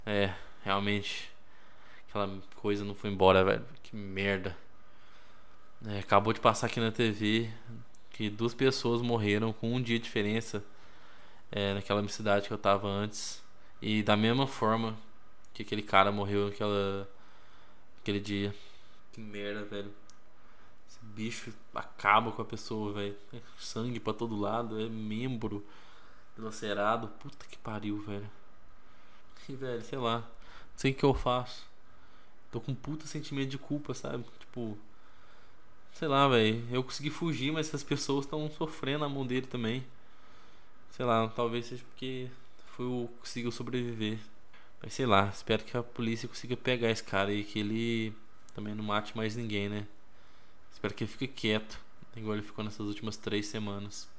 É, realmente, aquela coisa não foi embora, velho. Que merda. É, acabou de passar aqui na TV que duas pessoas morreram com um dia de diferença, naquela cidade que eu tava antes. E da mesma forma que aquele cara morreu aquele dia. Que merda, velho. Esse bicho acaba com a pessoa, velho. É sangue pra todo lado, é membro dilacerado. Puta que pariu, velho. E, velho, sei lá. Não sei o que eu faço. Tô com um puta sentimento de culpa, sabe? Tipo, sei lá, velho. Eu consegui fugir, mas essas pessoas estão sofrendo na mão dele também. Sei lá, talvez seja porque conseguiu sobreviver. Mas sei lá, espero que a polícia consiga pegar esse cara aí, que ele também não mate mais ninguém, né? Espero que ele fique quieto, igual ele ficou nessas últimas 3 semanas.